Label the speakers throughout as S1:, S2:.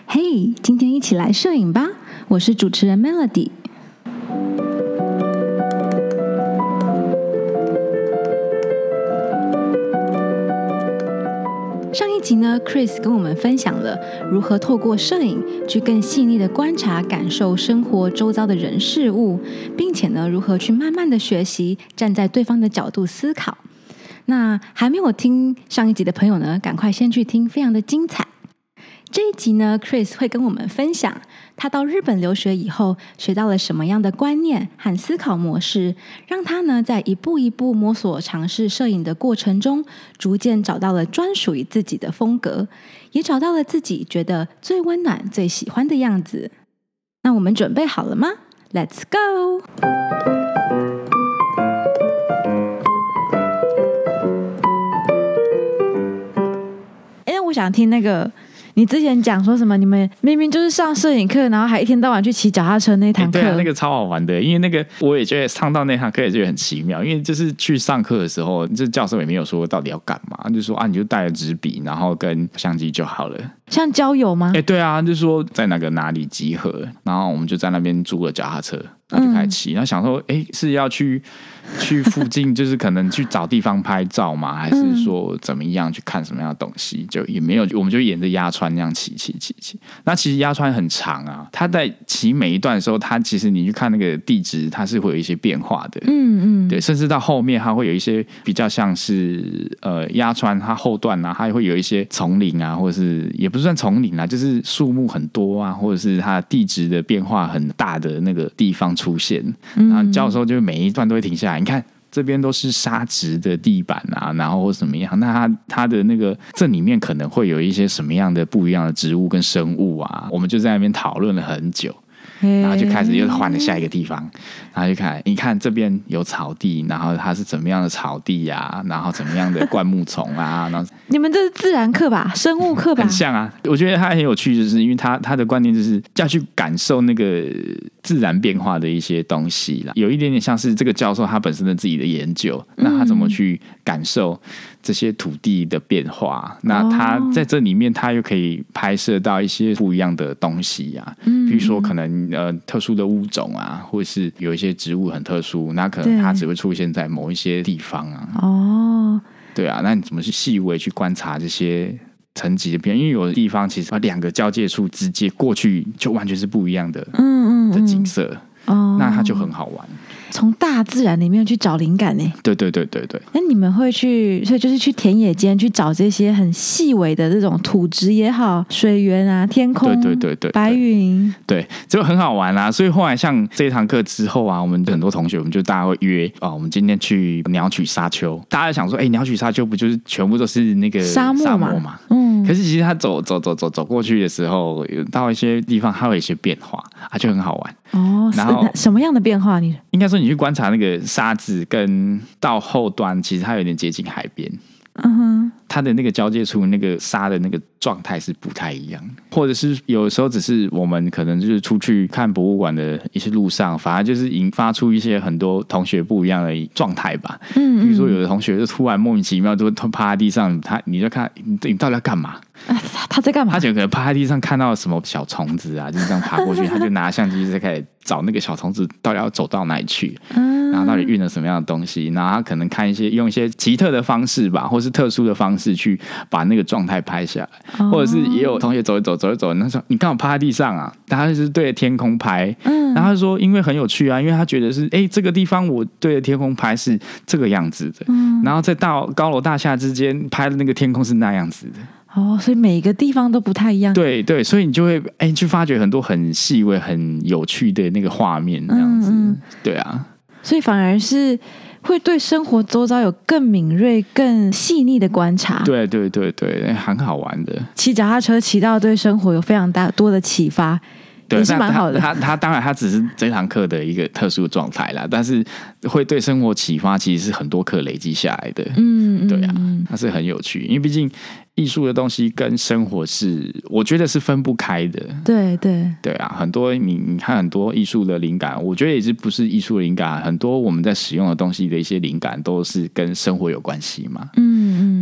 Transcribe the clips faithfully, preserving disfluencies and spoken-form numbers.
S1: 嘿、hey, 今天一起来摄影吧，我是主持人 Melody。上一集呢 Chris 跟我们分享了如何透过摄影去更细腻的观察感受生活周遭的人事物，并且呢如何去慢慢的学习站在对方的角度思考。那还没有听上一集的朋友呢，赶快先去听，非常的精彩。这一集呢 Chris 会跟我们分享他到日本留学以后学到了什么样的观念和思考模式，让他呢在一步一步摸索尝试摄影的过程中，逐渐找到了专属于自己的风格，也找到了自己觉得最温暖最喜欢的样子。那我们准备好了吗？ Let's go！ 哎，我想听那个你之前讲说什么？你们明明就是上摄影课，然后还一天到晚去骑脚踏车那堂课。
S2: 欸、对啊，那个超好玩的，因为那个我也觉得上到那堂课也觉得很奇妙，因为就是去上课的时候，这教授也没有说到底要干嘛，就说啊，你就带着纸笔，然后跟相机就好了。
S1: 像交友吗？
S2: 哎、欸，对啊，就说在那个哪里集合，然后我们就在那边租了脚踏车，然后就开始骑，嗯、然后想说，哎、欸，是要去去附近，就是可能去找地方拍照吗？还是说怎么样去看什么样的东西？就也没有，我们就沿着鸭川那样骑骑骑骑。那其实鸭川很长啊，它在骑每一段的时候，它其实你去看那个地质，它是会有一些变化的。嗯嗯，对，甚至到后面它会有一些比较像是呃鸭川它后段啊，它会有一些丛林啊，或者是也不算丛林啊，就是树木很多啊，或者是它地质的变化很大的那个地方出现。然后教授就每一段都会停下来，你看这边都是沙质的地板啊，然后或什么样，那它它的那个这里面可能会有一些什么样的不一样的植物跟生物啊，我们就在那边讨论了很久。然后就开始又换了下一个地方，然后就看，你看这边有草地，然后它是怎么样的草地啊，然后怎么样的灌木丛啊，然后
S1: 你们这是自然课吧，生物课吧？
S2: 很像啊，我觉得它很有趣，就是因为它它的观念就是要去感受那个自然变化的一些东西啦，有一点点像是这个教授他本身的自己的研究，那他怎么去感受这些土地的变化？嗯、那他在这里面，他又可以拍摄到一些不一样的东西啊，嗯、比如说可能呃特殊的物种啊，或是有一些植物很特殊，那可能它只会出现在某一些地方啊。哦，对啊，那你怎么去细微去观察这些层级的变化？因为有的地方其实两个交界处直接过去就完全是不一样的，嗯嗯的景色，哦，那它就很好玩。
S1: 从大自然里面去找灵感呢？
S2: 对对对对对。
S1: 那你们会去，所以就是去田野间去找这些很细微的这种土质也好，水源啊、天空，对对对 对, 对，白云，
S2: 对，就很好玩啊。所以后来像这一堂课之后啊，我们很多同学，我们就大家会约啊、哦，我们今天去鸟取沙丘。大家想说，哎、欸，鸟取沙丘不就是全部都是那个沙漠 嘛, 沙漠嘛？嗯。可是其实他走走走走走过去的时候，到一些地方它会有一些变化，啊，就很好玩
S1: 哦。然后什么样的变化？你
S2: 应该说你去观察那个沙子，跟到后端其实它有点接近海边。嗯哼，它的那个交界处，那个沙的那个状态是不太一样的，或者是有时候只是我们可能就是出去看博物馆的一些路上，反而就是引发出一些很多同学不一样的状态吧。嗯，比如说有的同学就突然莫名其妙就趴在地上，他你就看你你到底要干嘛？
S1: 啊、他在干嘛？
S2: 他就可能趴在地上看到什么小虫子啊，就是这样爬过去，他就拿相机就开始找那个小虫子到底要走到哪里去，嗯、然后到底运了什么样的东西，然后他可能看一些用一些奇特的方式吧，或是特殊的方式去把那个状态拍下来，哦、或者是也有同学走一走走一走，那时候你刚好趴在地上啊，他就是对着天空拍，嗯、然后他说因为很有趣啊，因为他觉得是哎这个地方我对着天空拍是这个样子的，嗯、然后在到高楼大厦之间拍的那个天空是那样子的。
S1: 哦，所以每个地方都不太一样。对
S2: 对，所以你就会哎去发掘很多很细微、很有趣的那个画面，这样子。嗯嗯对啊，
S1: 所以反而是会对生活周遭有更敏锐、更细腻的观察。
S2: 对对对对，很好玩的。
S1: 骑脚踏车骑到对生活有非常大多的启发。
S2: 对，
S1: 也是蛮好的。
S2: 他 他, 他当然他只是这堂课的一个特殊状态啦，但是会对生活启发，其实是很多课累积下来的。嗯，对啊，它是很有趣，因为毕竟艺术的东西跟生活是，我觉得是分不开的。
S1: 对对
S2: 对啊，很多你你看很多艺术的灵感，我觉得也是不是艺术的灵感，很多我们在使用的东西的一些灵感都是跟生活有关系嘛。嗯嗯，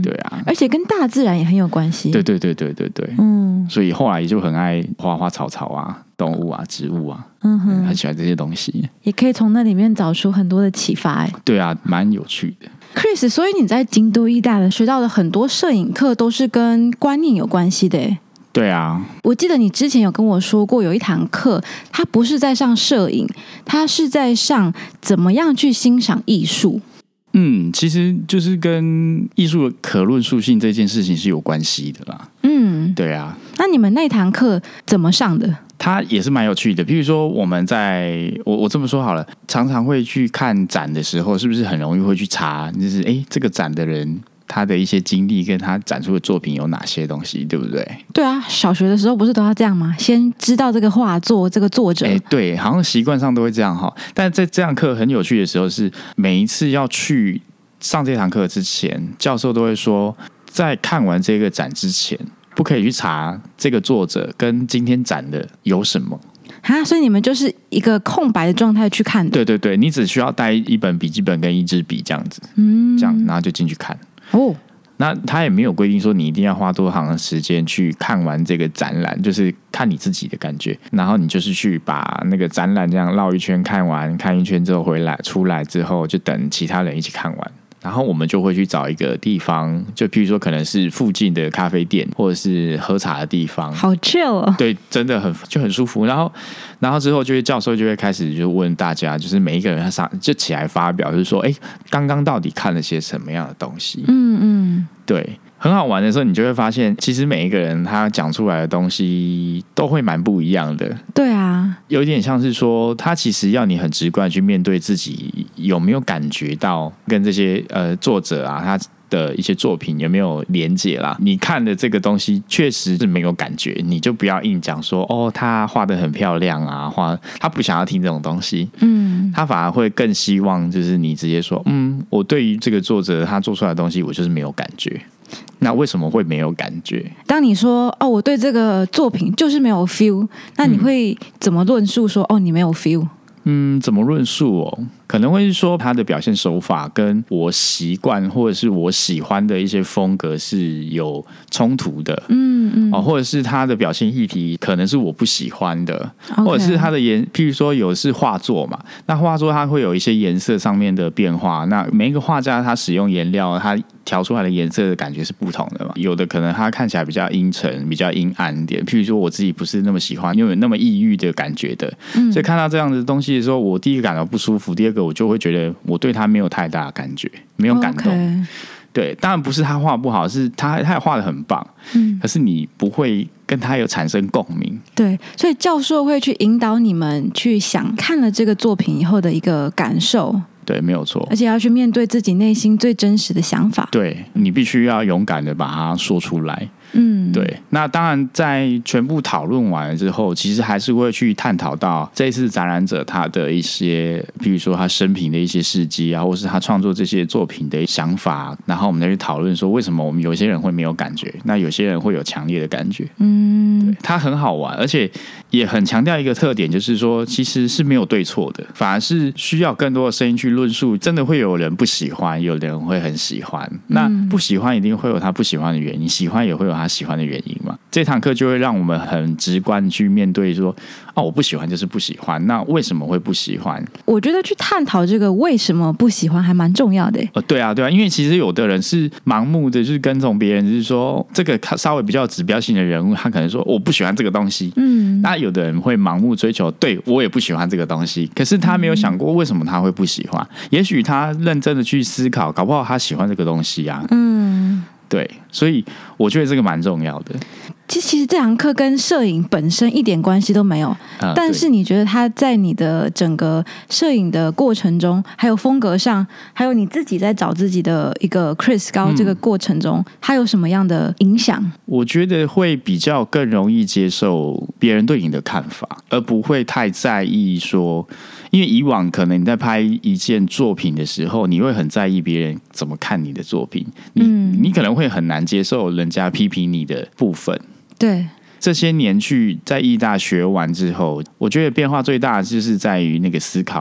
S2: 对啊，
S1: 而且跟大自然也很有关系。
S2: 对对对对对对，嗯，所以后来就很爱花花草草啊、动物啊、植物啊，嗯哼，很喜欢这些东西，
S1: 也可以从那里面找出很多的启发。哎，
S2: 对啊，蛮有趣的。
S1: Chris， 所以你在京都艺大的学到的很多摄影课都是跟观念有关系的。哎，
S2: 对啊，
S1: 我记得你之前有跟我说过，有一堂课，它不是在上摄影，它是在上怎么样去欣赏艺术。
S2: 嗯，其实就是跟艺术的可论述性这件事情是有关系的啦。嗯，对啊。
S1: 那你们那堂课怎么上的？
S2: 它也是蛮有趣的。譬如说，我们在我我这么说好了，常常会去看展的时候，是不是很容易会去查，就是哎，这个展的人他的一些经历跟他展出的作品有哪些东西，对不对？
S1: 对啊，小学的时候不是都要这样吗？先知道这个画作、这个作者。
S2: 哎，对，好像习惯上都会这样哈。但在这堂课很有趣的时候是，每一次要去上这堂课之前，教授都会说，在看完这个展之前，不可以去查这个作者跟今天展的有什么。
S1: 哈，所以你们就是一个空白的状态去看的。
S2: 对对对，你只需要带一本笔记本跟一支笔这样子，嗯，这样然后就进去看。哦，那他也没有规定说你一定要花多长的时间去看完这个展览，就是看你自己的感觉。然后你就是去把那个展览这样绕一圈看完，看一圈之后回来出来之后，就等其他人一起看完。然后我们就会去找一个地方，就譬如说可能是附近的咖啡店，或者是喝茶的地方，
S1: 好 chill 哦。
S2: 对，真的很就很舒服。然后，然后之后就会教授就会开始就问大家，就是每一个人他上就起来发表，就是说，哎，刚刚到底看了些什么样的东西？嗯嗯，对。很好玩的时候，你就会发现，其实每一个人他讲出来的东西都会蛮不一样的。
S1: 对啊，
S2: 有一点像是说，他其实要你很直观去面对自己有没有感觉到跟这些呃作者啊他的一些作品有没有连结啦。你看的这个东西确实是没有感觉，你就不要硬讲说哦，他画得很漂亮啊，画他不想要听这种东西。嗯，他反而会更希望就是你直接说，嗯，我对于这个作者他做出来的东西，我就是没有感觉。那为什么会没有感觉？
S1: 当你说哦，我对这个作品就是没有 feel， 那你会怎么论述说、嗯、哦，你没有 feel？
S2: 嗯，怎么论述哦？可能会是说他的表现手法跟我习惯或者是我喜欢的一些风格是有冲突的，嗯嗯、哦，或者是他的表现议题可能是我不喜欢的， okay. 或者是他的颜，譬如说有是画作嘛，那画作它会有一些颜色上面的变化，那每一个画家他使用颜料，他调出来的颜色的感觉是不同的嘛，有的可能他看起来比较阴沉、比较阴暗一点，譬如说我自己不是那么喜欢，因为有那么抑郁的感觉的，嗯、所以看到这样的东西的时候，我第一个感到不舒服，第二个我就会觉得我对他没有太大的感觉，没有感动。Okay. 对，当然不是他画不好，是他他也画得很棒，嗯，可是你不会跟他有产生共鸣。
S1: 对，所以教授会去引导你们去想看了这个作品以后的一个感受。
S2: 对，没有错，
S1: 而且要去面对自己内心最真实的想法。
S2: 对，你必须要勇敢的把它说出来。嗯，对。那当然，在全部讨论完了之后，其实还是会去探讨到这一次展览者他的一些，比如说他生平的一些事迹啊，或是他创作这些作品的想法，然后我们再去讨论说，为什么我们有些人会没有感觉，那有些人会有强烈的感觉。嗯，对，它很好玩，而且也很强调一个特点，就是说其实是没有对错的，反而是需要更多的声音去论述。真的会有人不喜欢，有人会很喜欢。那不喜欢一定会有他不喜欢的原因，喜欢也会有他喜欢的原因嘛。这堂课就会让我们很直观去面对说，哦，我不喜欢就是不喜欢，那为什么会不喜欢？
S1: 我觉得去探讨这个为什么不喜欢还蛮重要的。
S2: 呃，对啊，对啊，因为其实有的人是盲目的，就是跟从别人，就是说这个稍微比较指标性的人物，他可能说我不喜欢这个东西。嗯，那有的人会盲目追求，对我也不喜欢这个东西，可是他没有想过为什么他会不喜欢。也许他认真的去思考，搞不好他喜欢这个东西啊。嗯，对，所以我觉得这个蛮重要的。
S1: 其实，其实这堂课跟摄影本身一点关系都没有，呃、但是你觉得它在你的整个摄影的过程中，还有风格上，还有你自己在找自己的一个 Chris 高这个过程中，嗯、它有什么样的影响？
S2: 我觉得会比较更容易接受别人对你的看法，而不会太在意说，因为以往可能你在拍一件作品的时候，你会很在意别人怎么看你的作品，你、嗯、你可能会很难接受人家批评你的部分。
S1: 对，
S2: 这些年去在艺大学完之后，我觉得变化最大的就是在于那个思考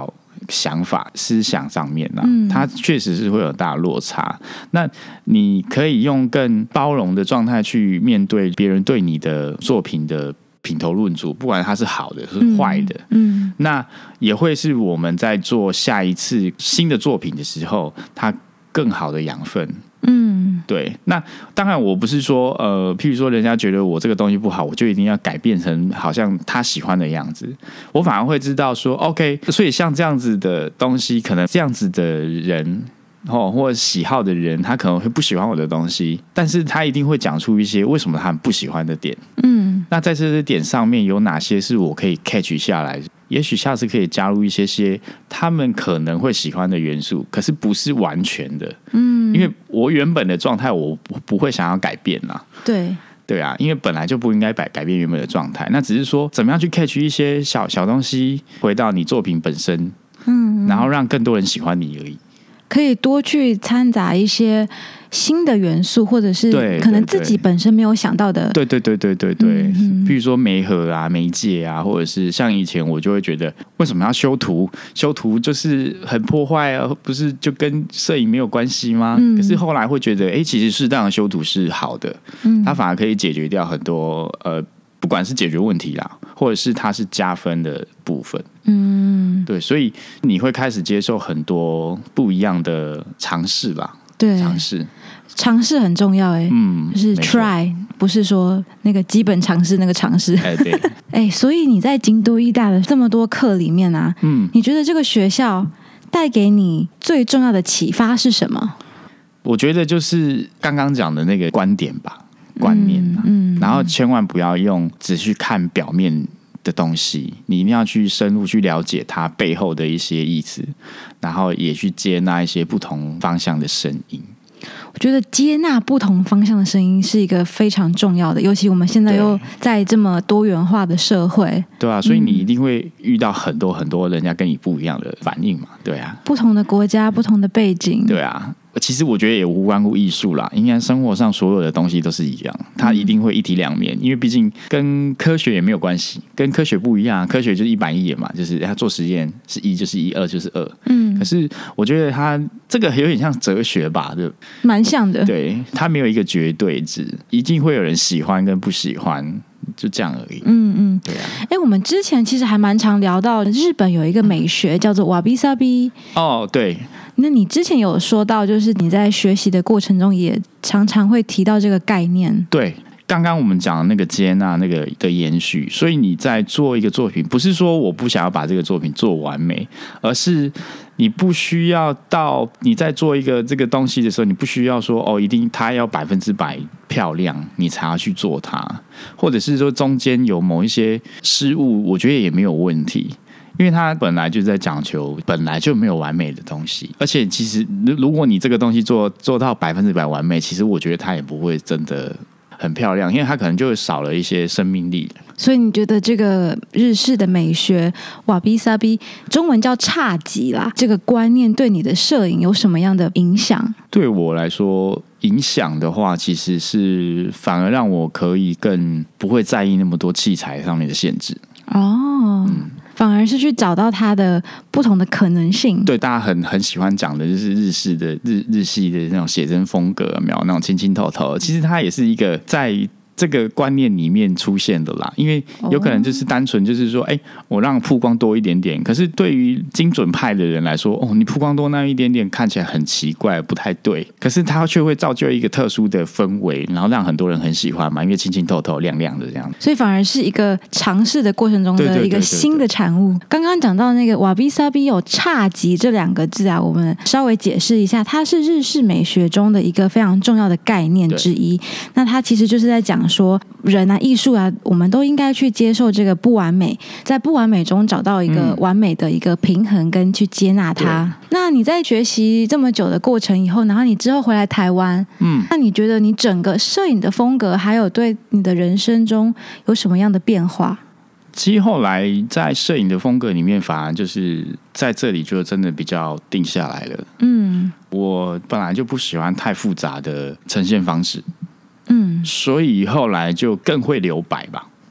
S2: 想法思想上面啊，嗯、它确实是会有大落差。那你可以用更包容的状态去面对别人对你的作品的品头论足，不管它是好的是坏的，嗯嗯，那也会是我们在做下一次新的作品的时候，它更好的养分。嗯，对。那当然，我不是说呃，譬如说，人家觉得我这个东西不好，我就一定要改变成好像他喜欢的样子。我反而会知道说 ，OK， 所以像这样子的东西，可能这样子的人。哦，或者喜好的人，他可能会不喜欢我的东西，但是他一定会讲出一些为什么他们不喜欢的点。嗯，那在这些点上面有哪些是我可以 catch 下来？也许下次可以加入一些些他们可能会喜欢的元素，可是不是完全的。嗯，因为我原本的状态，我不会想要改变啦。
S1: 对。
S2: 对啊，因为本来就不应该改改变原本的状态，那只是说怎么样去 catch 一些小小东西，回到你作品本身，嗯，然后让更多人喜欢你而已。
S1: 可以多去掺杂一些新的元素，或者是可能自己本身没有想到的。
S2: 对对对对对对，嗯、比如说媒合啊、媒介啊，或者是像以前我就会觉得，为什么要修图？修图就是很破坏啊，不是就跟摄影没有关系吗？嗯、可是后来会觉得，哎，其实适当的修图是好的，嗯、它反而可以解决掉很多呃。不管是解决问题啦，或者是它是加分的部分，嗯，对，所以你会开始接受很多不一样的尝试啦，
S1: 对，
S2: 尝试，
S1: 尝试很重要、欸，哎，嗯，就是 try， 不是说那个基本常识那个尝试，
S2: 哎、欸，对，
S1: 哎、欸，所以你在京都艺大的这么多课里面啊，嗯，你觉得这个学校带给你最重要的启发是什么？
S2: 我觉得就是刚刚讲的那个观点吧。观念、啊嗯嗯、然后千万不要用只去看表面的东西，你一定要去深入去了解它背后的一些意思，然后也去接纳一些不同方向的声音。
S1: 我觉得接纳不同方向的声音是一个非常重要的，尤其我们现在又在这么多元化的社会，
S2: 对啊，所以你一定会遇到很多很多人家跟你不一样的反应嘛，对啊，
S1: 不同的国家、不同的背景，
S2: 对啊。其实我觉得也无关乎艺术啦，应该生活上所有的东西都是一样，它一定会一体两面，因为毕竟跟科学也没有关系，跟科学不一样，科学就是一板一眼嘛，就是它做实验是一就是一，二就是二。嗯，可是我觉得它这个有点像哲学吧，就
S1: 蛮像的。
S2: 对，它没有一个绝对值，一定会有人喜欢跟不喜欢。就这样而已。
S1: 嗯嗯，
S2: 对啊。
S1: 哎，我们之前其实还蛮常聊到日本有一个美学叫做瓦比萨比。
S2: 哦，对。
S1: 那你之前有说到，就是你在学习的过程中也常常会提到这个概念。
S2: 对。刚刚我们讲的那个接纳那个的延续，所以你在做一个作品，不是说我不想要把这个作品做完美，而是你不需要到你在做一个这个东西的时候，你不需要说哦，一定它要百分之百漂亮，你才要去做它，或者是说中间有某一些失误，我觉得也没有问题。因为它本来就是在讲求本来就没有完美的东西，而且其实如果你这个东西做做到百分之百完美，其实我觉得它也不会真的很漂亮，因为它可能就会少了一些生命力。
S1: 所以你觉得这个日式的美学瓦比萨比，中文叫侘寂啦，这个观念对你的摄影有什么样的影响？
S2: 对我来说，影响的话，其实是反而让我可以更不会在意那么多器材上面的限制。
S1: 哦，嗯，反而是去找到它的不同的可能性。
S2: 对，大家很很喜欢讲的就是日式的日日系的那种写真风格，有没有那种清清透透？其实它也是一个在这个观念里面出现的啦，因为有可能就是单纯就是说，哎、欸，我让曝光多一点点，可是对于精准派的人来说，哦，你曝光多那一点点看起来很奇怪，不太对，可是它却会造就一个特殊的氛围，然后让很多人很喜欢嘛，因为清清透透、亮亮的这样，
S1: 所以反而是一个尝试的过程中的一个新的产物。刚刚讲到那个瓦比萨比有侘寂这两个字啊，我们稍微解释一下，它是日式美学中的一个非常重要的概念之一。那它其实就是在讲说人啊、艺术啊，我们都应该去接受这个不完美，在不完美中找到一个完美的一个平衡，跟去接纳它。嗯、那你在学习这么久的过程以后，然后你之后回来台湾，嗯，那你觉得你整个摄影的风格，还有对你的人生中有什么样的变化？
S2: 其实后来在摄影的风格里面，反而就是在这里就真的比较定下来了。嗯，我本来就不喜欢太复杂的呈现方式。嗯，所以后来就更会留白吧。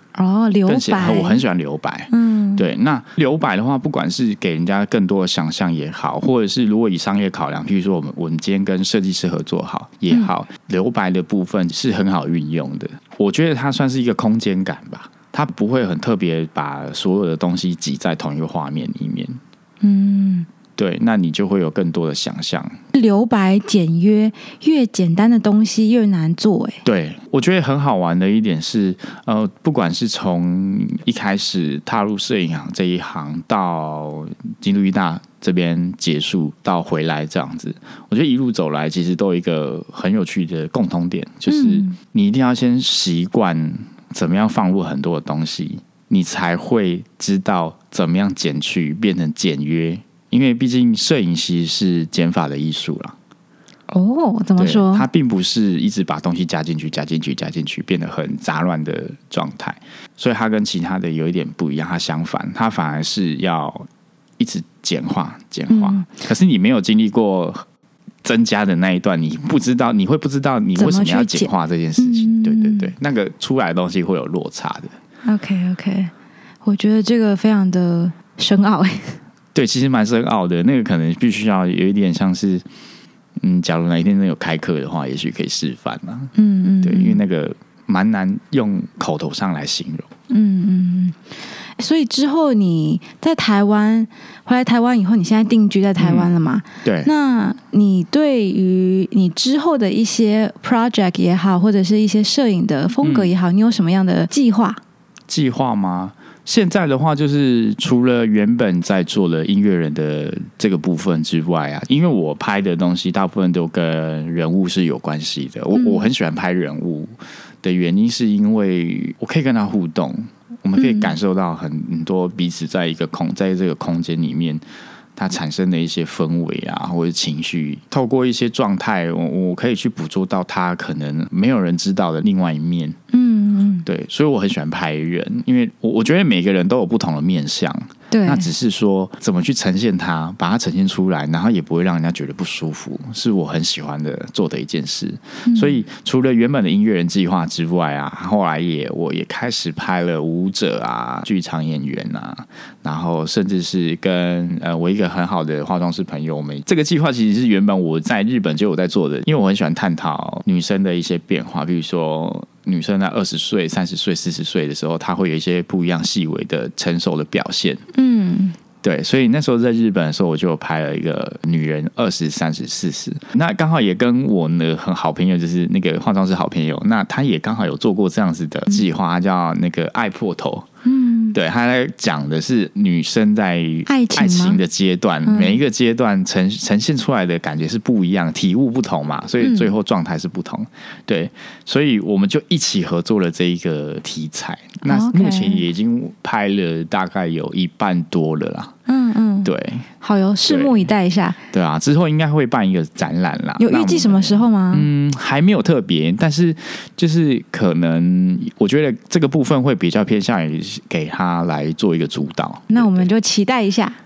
S1: 哦，留白，
S2: 我很喜欢留白。
S1: 嗯，
S2: 对。那留白的话，不管是给人家更多的想象也好，或者是如果以商业考量，譬如说我们我们今天跟设计师合作好也好，嗯、留白的部分是很好运用的。我觉得它算是一个空间感吧，它不会很特别把所有的东西挤在同一个画面里面。嗯。对，那你就会有更多的想象。
S1: 留白简约，越简单的东西越难做。哎，
S2: 对，我觉得很好玩的一点是，呃，不管是从一开始踏入摄影行这一行，到京都艺大这边结束，到回来这样子，我觉得一路走来，其实都有一个很有趣的共同点，就是你一定要先习惯怎么样放入很多的东西，你才会知道怎么样减去，变成简约。因为毕竟摄影其实是减法的艺术啦。
S1: 哦，怎么说？
S2: 它并不是一直把东西加进去、加进去、加进去，变得很杂乱的状态。所以它跟其他的有一点不一样，它相反，它反而是要一直简化、简化。嗯、可是你没有经历过增加的那一段，你不知道，你会不知道你为什么要简化这件事情。对对对，那个出来的东西会有落差的。
S1: OK OK， 我觉得这个非常的深奥。
S2: 对，其实蛮深奥的，那个可能必须要有一点像是，嗯，假如哪一天有开课的话，也许可以示范嘛。嗯嗯，对，因为那个蛮难用口头上来形容。
S1: 嗯嗯，所以之后你在台湾回来台湾以后，你现在定居在台湾了嘛？
S2: 嗯、对。
S1: 那你对于你之后的一些 project 也好，或者是一些摄影的风格也好，嗯、你有什么样的计划？
S2: 计划吗？现在的话，就是除了原本在做的音乐人的这个部分之外啊，因为我拍的东西大部分都跟人物是有关系的。我、嗯、我很喜欢拍人物的原因，是因为我可以跟他互动，我们可以感受到很很多彼此在一个空在这个空间里面，它产生的一些氛围啊，或者情绪，透过一些状态，我我可以去捕捉到他可能没有人知道的另外一面。嗯，对，所以我很喜欢拍人，因为我我觉得每个人都有不同的面向。
S1: 对，
S2: 那只是说怎么去呈现它，把它呈现出来，然后也不会让人家觉得不舒服，是我很喜欢的做的一件事。嗯、所以除了原本的音乐人计划之外啊，后来也我也开始拍了舞者啊、剧场演员啊，然后甚至是跟呃我一个很好的化妆师朋友，我们这个计划其实是原本我在日本就有在做的，因为我很喜欢探讨女生的一些变化，比如说。女生在二十岁、三十岁、四十岁的时候，她会有一些不一样细微的成熟的表现。嗯，对，所以那时候在日本的时候，我就拍了一个女人二十、三十、四十，那刚好也跟我的很好朋友，就是那个化妆师好朋友，那他也刚好有做过这样子的计划，他叫那个爱破头。嗯，对，他在讲的是女生在爱情的阶段，嗯、每一个阶段呈呈现出来的感觉是不一样，体悟不同嘛，所以最后状态是不同。嗯、对，所以我们就一起合作了这一个题材。那目前也已经拍了大概有一半多了啦。嗯嗯，对，
S1: 好哟，拭目以待一下。
S2: 对啊，之后应该会办一个展览啦。
S1: 有预计什么时候吗？
S2: 嗯，还没有特别，但是就是可能我觉得这个部分会比较偏向于给他来做一个主导。
S1: 那我们就期待一下。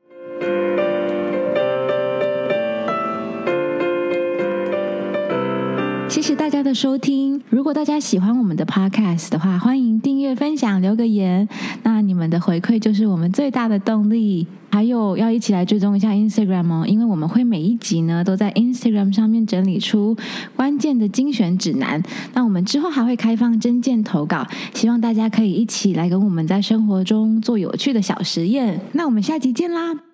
S1: 谢谢大家的收听。如果大家喜欢我们的 podcast 的话，欢迎订阅、分享、留个言。那你们的回馈就是我们最大的动力。还有要一起来追踪一下 Instagram 哦，因为我们会每一集呢都在 Instagram 上面整理出关键的精选指南。那我们之后还会开放征件投稿，希望大家可以一起来跟我们在生活中做有趣的小实验。那我们下集见啦！